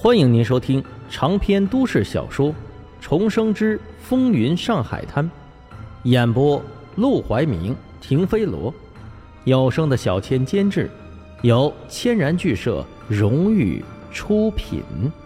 欢迎您收听长篇都市小说《重生之风云上海滩》，演播陆怀明、停飞罗，有声的小千监制，由千然剧社荣誉出品。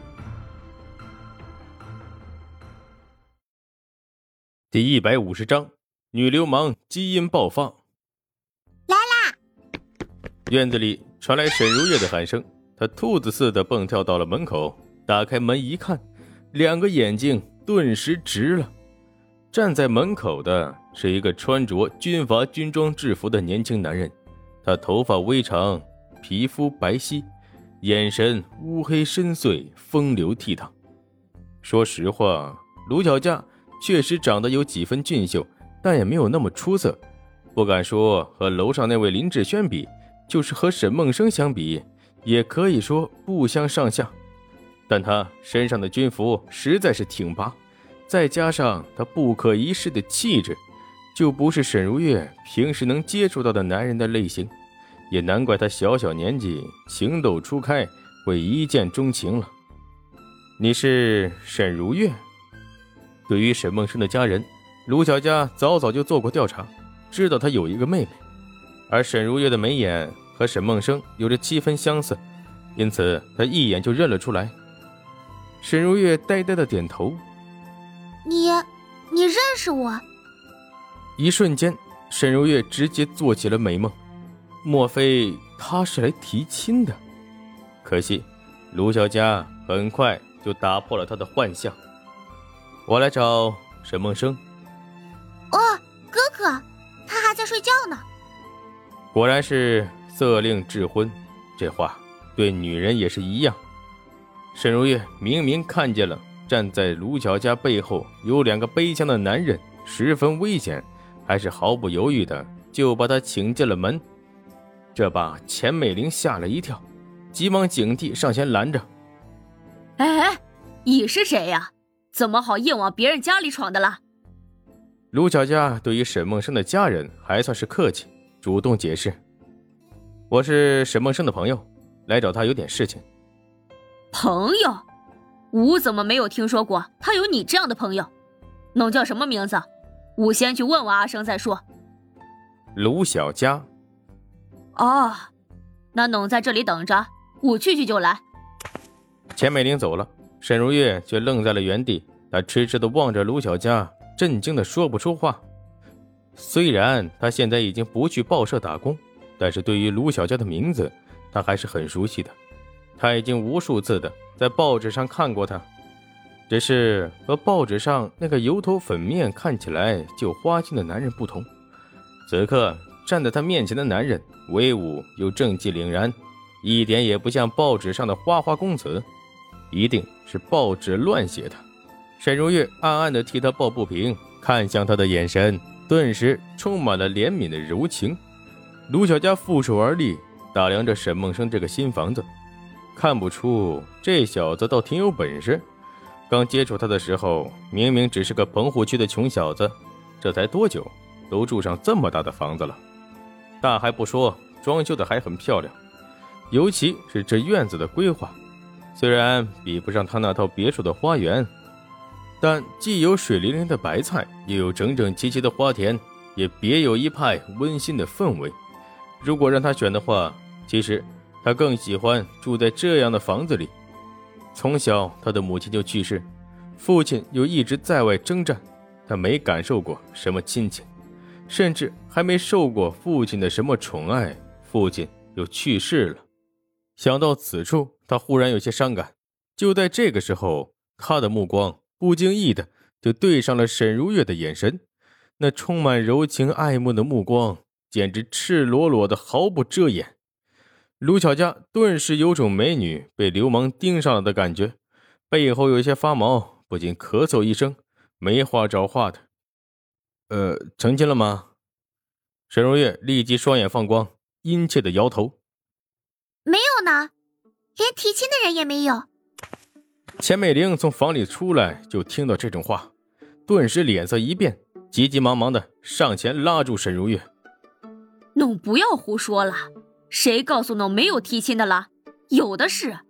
第150章，女流氓基因爆发。 来啦！ 院子里传来沈如月的喊声，她兔子似的蹦跳到了门口，打开门一看，两个眼睛顿时直了。站在门口的是一个穿着军阀军装制服的年轻男人，他头发微长，皮肤白皙，眼神乌黑深邃，风流倜傥。说实话，卢小佳确实长得有几分俊秀，但也没有那么出色，不敢说和楼上那位林志轩比，就是和沈梦生相比，也可以说不相上下。但他身上的军服实在是挺拔，再加上他不可一世的气质，就不是沈如月平时能接触到的男人的类型，也难怪他小小年纪情窦初开，会一见钟情了。你是沈如月？对于沈梦生的家人，卢小佳早就做过调查，知道他有一个妹妹，而沈如月的眉眼和沈梦生有着7分相似，因此他一眼就认了出来。沈如月呆呆的点头。 你认识我？ 一瞬间，沈如月直接做起了美梦，莫非他是来提亲的？可惜卢小佳很快就打破了他的幻象。我来找沈梦生。 哦，哥哥，他还在睡觉呢。 果然是色令智昏，这话对女人也是一样。沈如月明明看见了站在卢小佳背后有2个背枪的男人十分危险，还是毫不犹豫的就把他请进了门。这把钱美玲吓了一跳，急忙警惕上前拦着。 哎，你是谁呀？怎么好硬往别人家里闯的了？ 卢小佳对于沈梦生的家人还算是客气，主动解释。我是沈梦生的朋友，来找他有点事情。 朋友？吾怎么没有听说过他有你这样的朋友？侬叫什么名字？吾先去问问阿生再说。 卢小佳。 哦，那侬在这里等着，吾去就来。 钱美玲走了，沈如月却愣在了原地，她痴痴地望着卢小佳，震惊地说不出话。虽然她现在已经不去报社打工，但是对于卢小佳的名字她还是很熟悉的，她已经无数次的在报纸上看过她，只是和报纸上那个油头粉面看起来就花心的男人不同，此刻站在她面前的男人威武又正气凛然，一点也不像报纸上的花花公子，一定是报纸乱写的。沈如月暗暗地替他抱不平，看向他的眼神顿时充满了怜悯的柔情。卢小佳负手而立，打量着沈梦生这个新房子，看不出这小子倒挺有本事。刚接触他的时候，明明只是个棚户区的穷小子，这才多久都住上这么大的房子了。大还不说，装修的还很漂亮，尤其是这院子的规划，虽然比不上他那套别墅的花园，但既有水灵灵的白菜，又有整整齐齐的花田，也别有一派温馨的氛围。如果让他选的话，其实他更喜欢住在这样的房子里。从小他的母亲就去世，父亲又一直在外征战，他没感受过什么亲情，甚至还没受过父亲的什么宠爱，父亲又去世了。想到此处，他忽然有些伤感。就在这个时候，他的目光不经意的就对上了沈如月的眼神，那充满柔情爱慕的目光简直赤裸裸的毫不遮掩。卢小佳顿时有种美女被流氓盯上了的感觉，背后有些发毛，不禁咳嗽一声，没话找话的。成亲了吗？沈如月立即双眼放光，殷切的摇头。 没有呢，连提亲的人也没有。 钱美玲从房里出来，就听到这种话，顿时脸色一变，急急忙忙的上前拉住沈如月。 侬不要胡说了，谁告诉侬没有提亲的了？有的是。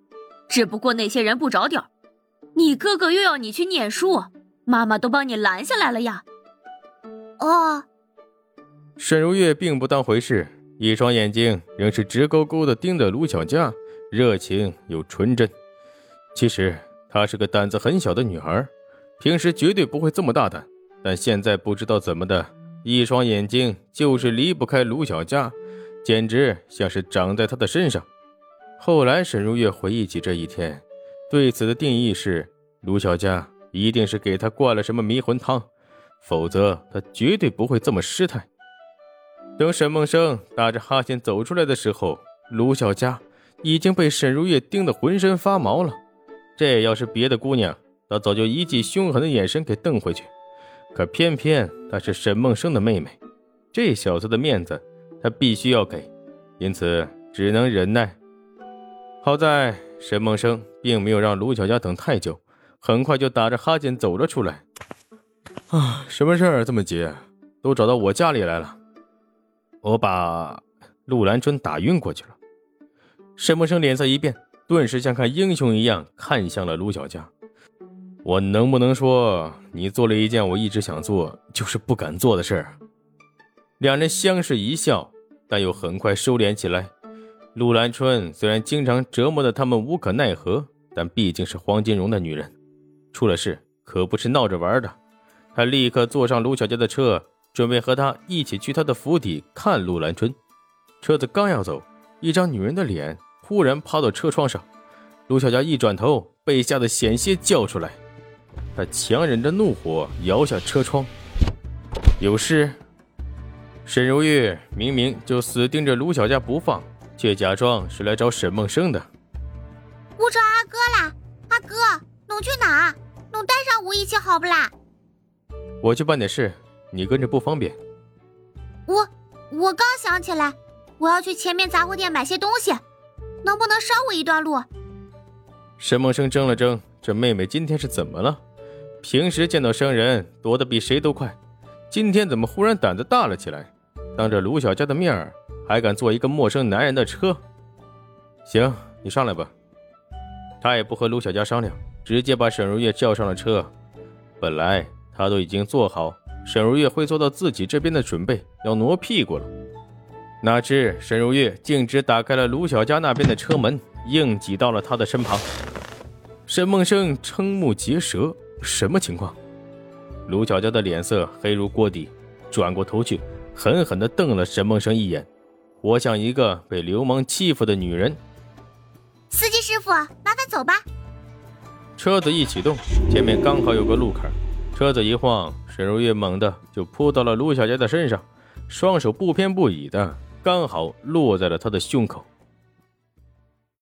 只不过那些人不着调，你哥哥又要你去念书，妈妈都帮你拦下来了呀。 哦， 沈如月并不当回事，一双眼睛仍是直勾勾地盯着卢小佳，热情又纯真。其实她是个胆子很小的女孩，平时绝对不会这么大胆，但现在不知道怎么的，一双眼睛就是离不开卢小佳，简直像是长在她的身上。后来沈如月回忆起这一天，对此的定义是，卢小佳一定是给她灌了什么迷魂汤，否则她绝对不会这么失态。等沈梦生打着哈欠走出来的时候，卢小佳已经被沈如月盯得浑身发毛了。这要是别的姑娘，她早就一记凶狠的眼神给瞪回去，可偏偏她是沈梦生的妹妹，这小子的面子她必须要给，因此只能忍耐。好在沈梦生并没有让卢小佳等太久，很快就打着哈欠走了出来。什么事儿这么急？都找到我家里来了。我把陆兰春打晕过去了。沈梦生脸色一变，顿时像看英雄一样看向了卢小佳。我能不能说你做了一件我一直想做就是不敢做的事儿？两人相视一笑，但又很快收敛起来。陆兰春虽然经常折磨得他们无可奈何，但毕竟是黄金荣的女人，出了事可不是闹着玩的。他立刻坐上卢小佳的车，准备和她一起去他的府邸看陆兰春。车子刚要走，一张女人的脸忽然趴到车窗上，卢小佳一转头，被吓得险些叫出来。她强忍着怒火摇下车窗。有事？沈如玉明明就死盯着卢小佳不放，却假装是来找沈梦生的。 我找阿哥啦，阿哥，侬去哪？侬带上我一起好不啦？ 我去办点事，你跟着不方便。 我刚想起来，我要去前面杂货店买些东西，能不能捎我一段路？ 沈梦生怔了怔，这妹妹今天是怎么了？平时见到生人躲得比谁都快，今天怎么忽然胆子大了起来？当着卢小佳的面儿还敢坐一个陌生男人的车？行，你上来吧。他也不和卢小佳商量，直接把沈如月叫上了车。本来他都已经做好沈如月会坐到自己这边的准备，要挪屁股了，哪知沈如月径直打开了卢小佳那边的车门，硬挤到了他的身旁。沈梦生瞠目结舌，什么情况？卢小佳的脸色黑如锅底，转过头去狠狠地瞪了沈梦生一眼，活像一个被流氓欺负的女人。 司机师傅，麻烦走吧。 车子一启动，前面刚好有个路坎，车子一晃，沈如月猛地就扑到了卢小佳的身上，双手不偏不倚的刚好落在了他的胸口。